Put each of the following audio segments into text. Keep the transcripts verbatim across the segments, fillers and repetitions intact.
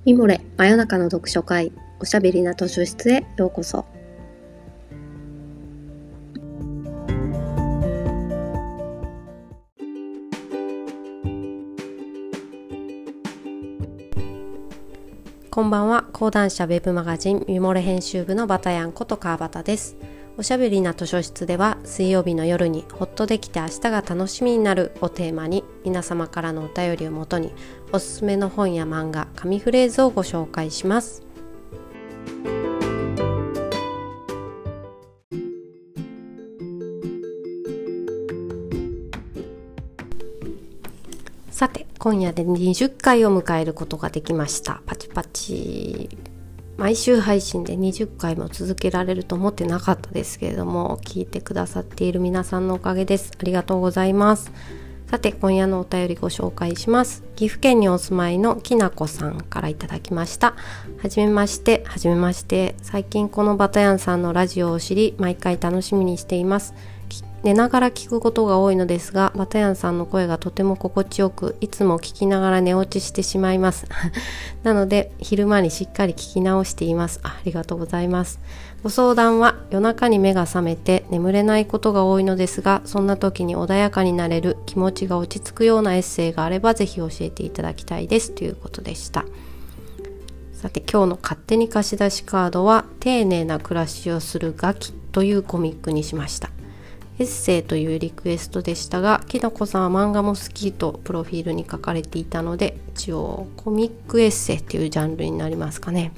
ミモレ真夜中の読書会、おしゃべりな図書室へようこそ。こんばんは。講談社ウェブマガジンミモレ編集部のバタヤンこと川端です。おしゃべりな図書室では、水曜日の夜にほっとできて明日が楽しみになるをテーマに、皆様からのお便りをもとにおすすめの本や漫画、紙フレーズをご紹介します。さて、今夜でにじゅっかいを迎えることができました。パチパチ。毎週配信でにじゅっかいも続けられると思ってなかったですけれども、聞いてくださっている皆さんのおかげです。ありがとうございます。さて、今夜のお便りご紹介します。岐阜県にお住まいのきなこさんからいただきました。はじめまして、はじめまして。最近このバタヤンさんのラジオを知り、毎回楽しみにしています。寝ながら聞くことが多いのですが、バタヤンさんの声がとても心地よく、いつも聞きながら寝落ちしてしまいますなので昼間にしっかり聞き直しています。 あ, ありがとうございます。ご相談は、夜中に目が覚めて眠れないことが多いのですが、そんな時に穏やかになれる、気持ちが落ち着くようなエッセイがあればぜひ教えていただきたいです、ということでした。さて、今日の勝手に貸し出しカードは、丁寧な暮らしをするガキというコミックにしました。エッセイというリクエストでしたが、きのこさんは漫画も好きとプロフィールに書かれていたので、一応コミックエッセイっていうジャンルになりますかね。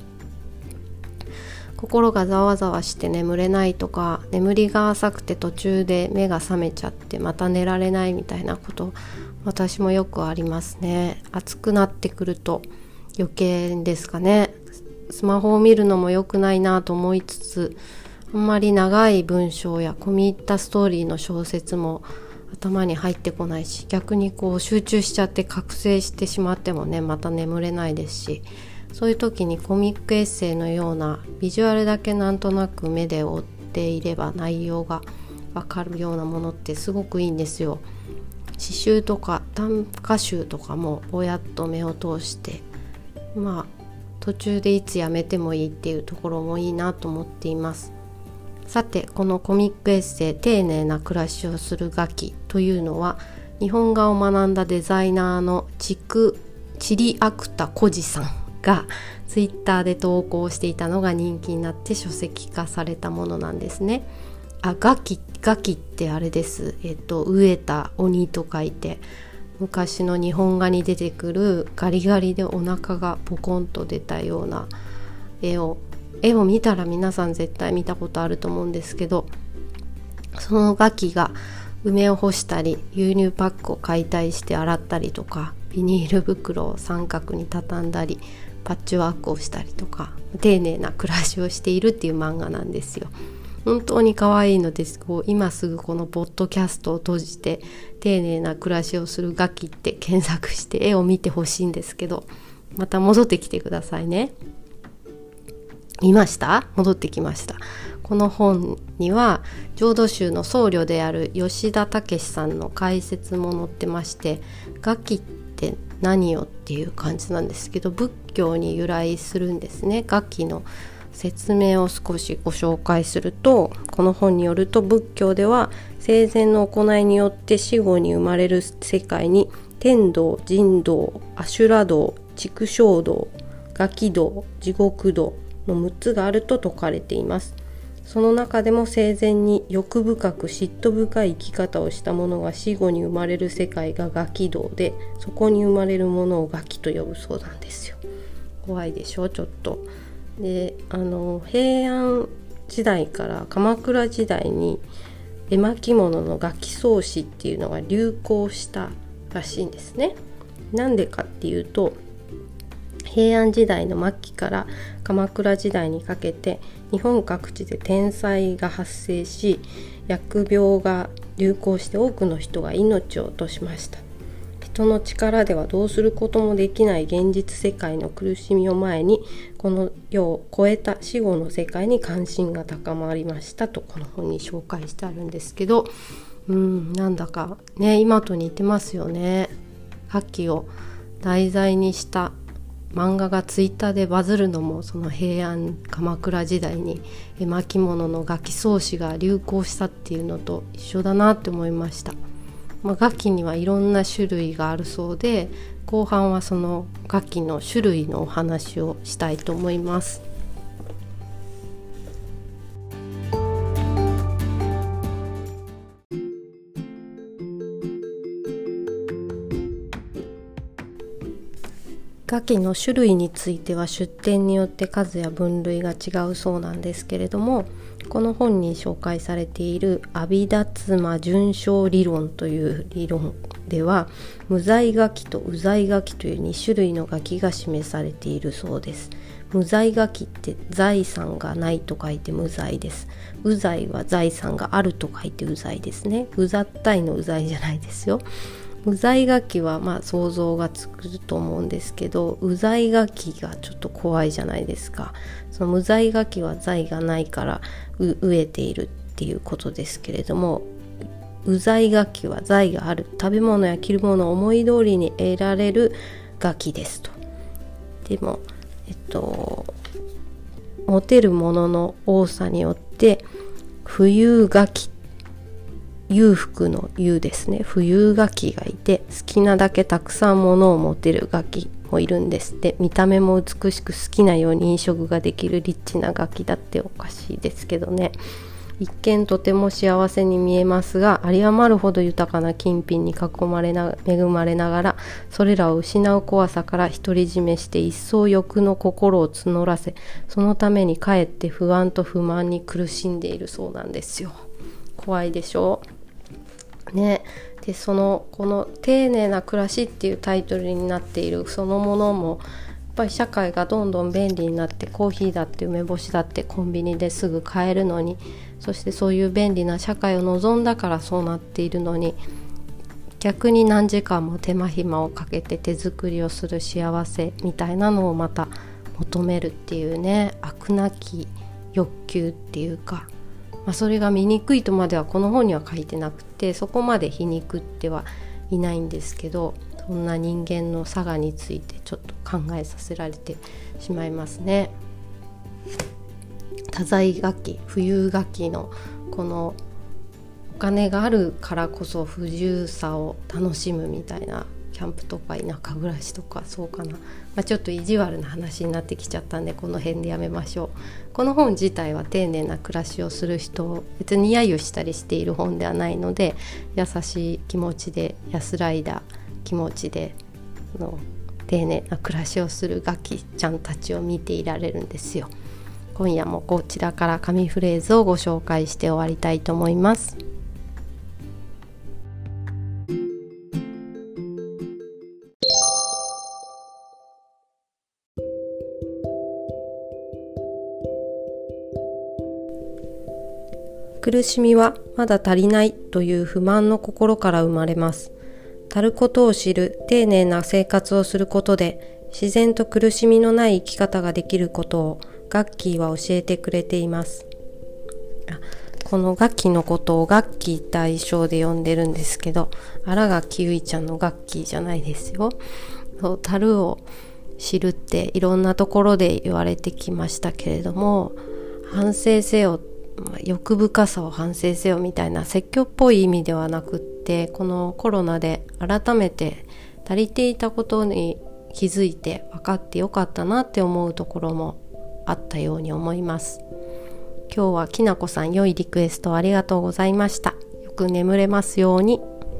心がざわざわして眠れないとか、眠りが浅くて途中で目が覚めちゃってまた寝られないみたいなこと、私もよくありますね。暑くなってくると余計ですかね。スマホを見るのも良くないなと思いつつ、あんまり長い文章や込み入ったストーリーの小説も頭に入ってこないし、逆にこう集中しちゃって覚醒してしまってもね、また眠れないですし、そういう時にコミックエッセイのようなビジュアルだけなんとなく目で追っていれば内容がわかるようなものってすごくいいんですよ。詩集とか短歌集とかもぼやっと目を通して、まあ途中でいつやめてもいいっていうところもいいなと思っています。さて、このコミックエッセイ、丁寧な暮らしをするガキというのは、日本画を学んだデザイナーのチクチリアクタコジさんがツイッターで投稿していたのが人気になって書籍化されたものなんですね。あ、ガキ、ガキってあれです。えっと、飢えた鬼と書いて、昔の日本画に出てくるガリガリでお腹がポコンと出たような絵を絵を見たら皆さん絶対見たことあると思うんですけど、そのガキが梅を干したり、牛乳パックを解体して洗ったりとか、ビニール袋を三角に畳んだり、パッチワークをしたりとか、丁寧な暮らしをしているっていう漫画なんですよ。本当に可愛いのです。こう今すぐこのポッドキャストを閉じて、丁寧な暮らしをするガキって検索して絵を見てほしいんですけど、また戻ってきてくださいね。見ました？戻ってきました。この本には浄土宗の僧侶である吉田武さんの解説も載ってまして、ガキって何よっていう感じなんですけど、仏教に由来するんですね。ガキの説明を少しご紹介すると、この本によると、仏教では生前の行いによって死後に生まれる世界に天道、人道、阿修羅道、畜生道、ガキ道、地獄道のむっつがあると説かれています。その中でも生前に欲深く嫉妬深い生き方をした者が死後に生まれる世界がガキ道で、そこに生まれるものをガキと呼ぶそうなんですよ。怖いでしょ、ちょっと。で、あの平安時代から鎌倉時代に絵巻物のガキ草紙っていうのが流行したらしいんですね。なんでかっていうと、平安時代の末期から鎌倉時代にかけて、日本各地で天災が発生し、疫病が流行して多くの人が命を落としました。人の力ではどうすることもできない現実世界の苦しみを前に、この世を超えた死後の世界に関心が高まりましたと、この本に紹介してあるんですけど、うん、なんだかね、今と似てますよね。ガキを題材にした漫画がツイッターでバズるのもその平安鎌倉時代に絵巻物の楽器草紙が流行したっていうのと一緒だなって思いました。まあ、楽器にはいろんな種類があるそうで、後半はその楽器の種類のお話をしたいと思います。楽器の種類については出典によって数や分類が違うそうなんですけれども、この本に紹介されている阿弥陀妻順生理論という理論では、無罪楽器と有罪楽器というに種類の楽器が示されているそうです。無罪楽器って財産がないと書いて無罪です。有罪は財産があると書いて有罪ですね。うざったいのうざいじゃないですよ。無罪楽器はまあ想像がつくと思うんですけど、有罪楽器がちょっと怖いじゃないですか。その無罪楽器は罪がないから飢えているっていうことですけれども、有罪楽器は罪がある、食べ物や着るものを思い通りに得られる楽器ですと。でもえっと持てるものの多さによって富有楽器、裕福の裕ですね、富有楽器がいて、好きなだけたくさんものを持てる楽器もいるんですって。見た目も美しく好きなように飲食ができるリッチな楽器だって。おかしいですけどね。一見とても幸せに見えますが、有り余るほど豊かな金品に囲まれな恵まれながら、それらを失う怖さから独り占めして一層欲の心を募らせ、そのためにかえって不安と不満に苦しんでいるそうなんですよ。怖いでしょね。でそのこの丁寧な暮らしっていうタイトルになっているそのものも、やっぱり社会がどんどん便利になって、コーヒーだって梅干しだってコンビニですぐ買えるのに、そしてそういう便利な社会を望んだからそうなっているのに、逆に何時間も手間暇をかけて手作りをする幸せみたいなのをまた求めるっていうね、飽くなき欲求っていうか、まあ、それが醜いとまではこの本には書いてなくて、そこまで皮肉ってはいないんですけど、そんな人間の差がについてちょっと考えさせられてしまいますね。多財楽器、富有楽器のこのお金があるからこそ不自由さを楽しむみたいな、キャンプとか田舎暮らしとかそうかな、まあ、ちょっと意地悪な話になってきちゃったんでこの辺でやめましょう。この本自体は丁寧な暮らしをする人を別に揶揄したりしている本ではないので、優しい気持ちで安らいだ気持ちでの丁寧な暮らしをするガキちゃんたちを見ていられるんですよ。今夜もこちらから神フレーズをご紹介して終わりたいと思います。苦しみはまだ足りないという不満の心から生まれます。足ることを知る丁寧な生活をすることで、自然と苦しみのない生き方ができることをガッキーは教えてくれています。あ、このガッキーのことをガッキーって愛称で呼んでるんですけど、新垣結衣ちゃんのガッキーじゃないですよ。そう足るを知るっていろんなところで言われてきましたけれども、反省せよ、欲深さを反省せよみたいな説教っぽい意味ではなくって、このコロナで改めて足りていたことに気づいて分かってよかったなって思うところもあったように思います。今日はきなこさん、良いリクエストありがとうございました。よく眠れますように。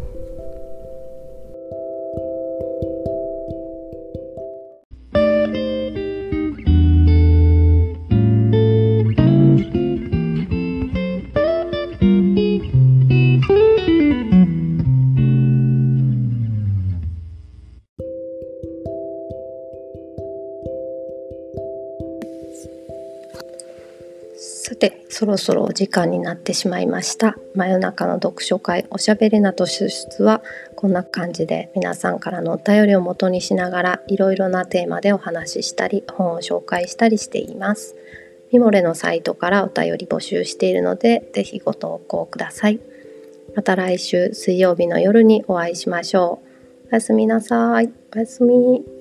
さて、そろそろお時間になってしまいました。真夜中の読書会、おしゃべりなと書室はこんな感じで、皆さんからのお便りを元にしながらいろいろなテーマでお話ししたり、本を紹介したりしています。ミモレのサイトからお便り募集しているので、ぜひご投稿ください。また来週水曜日の夜にお会いしましょう。おやすみなさい。おやすみ。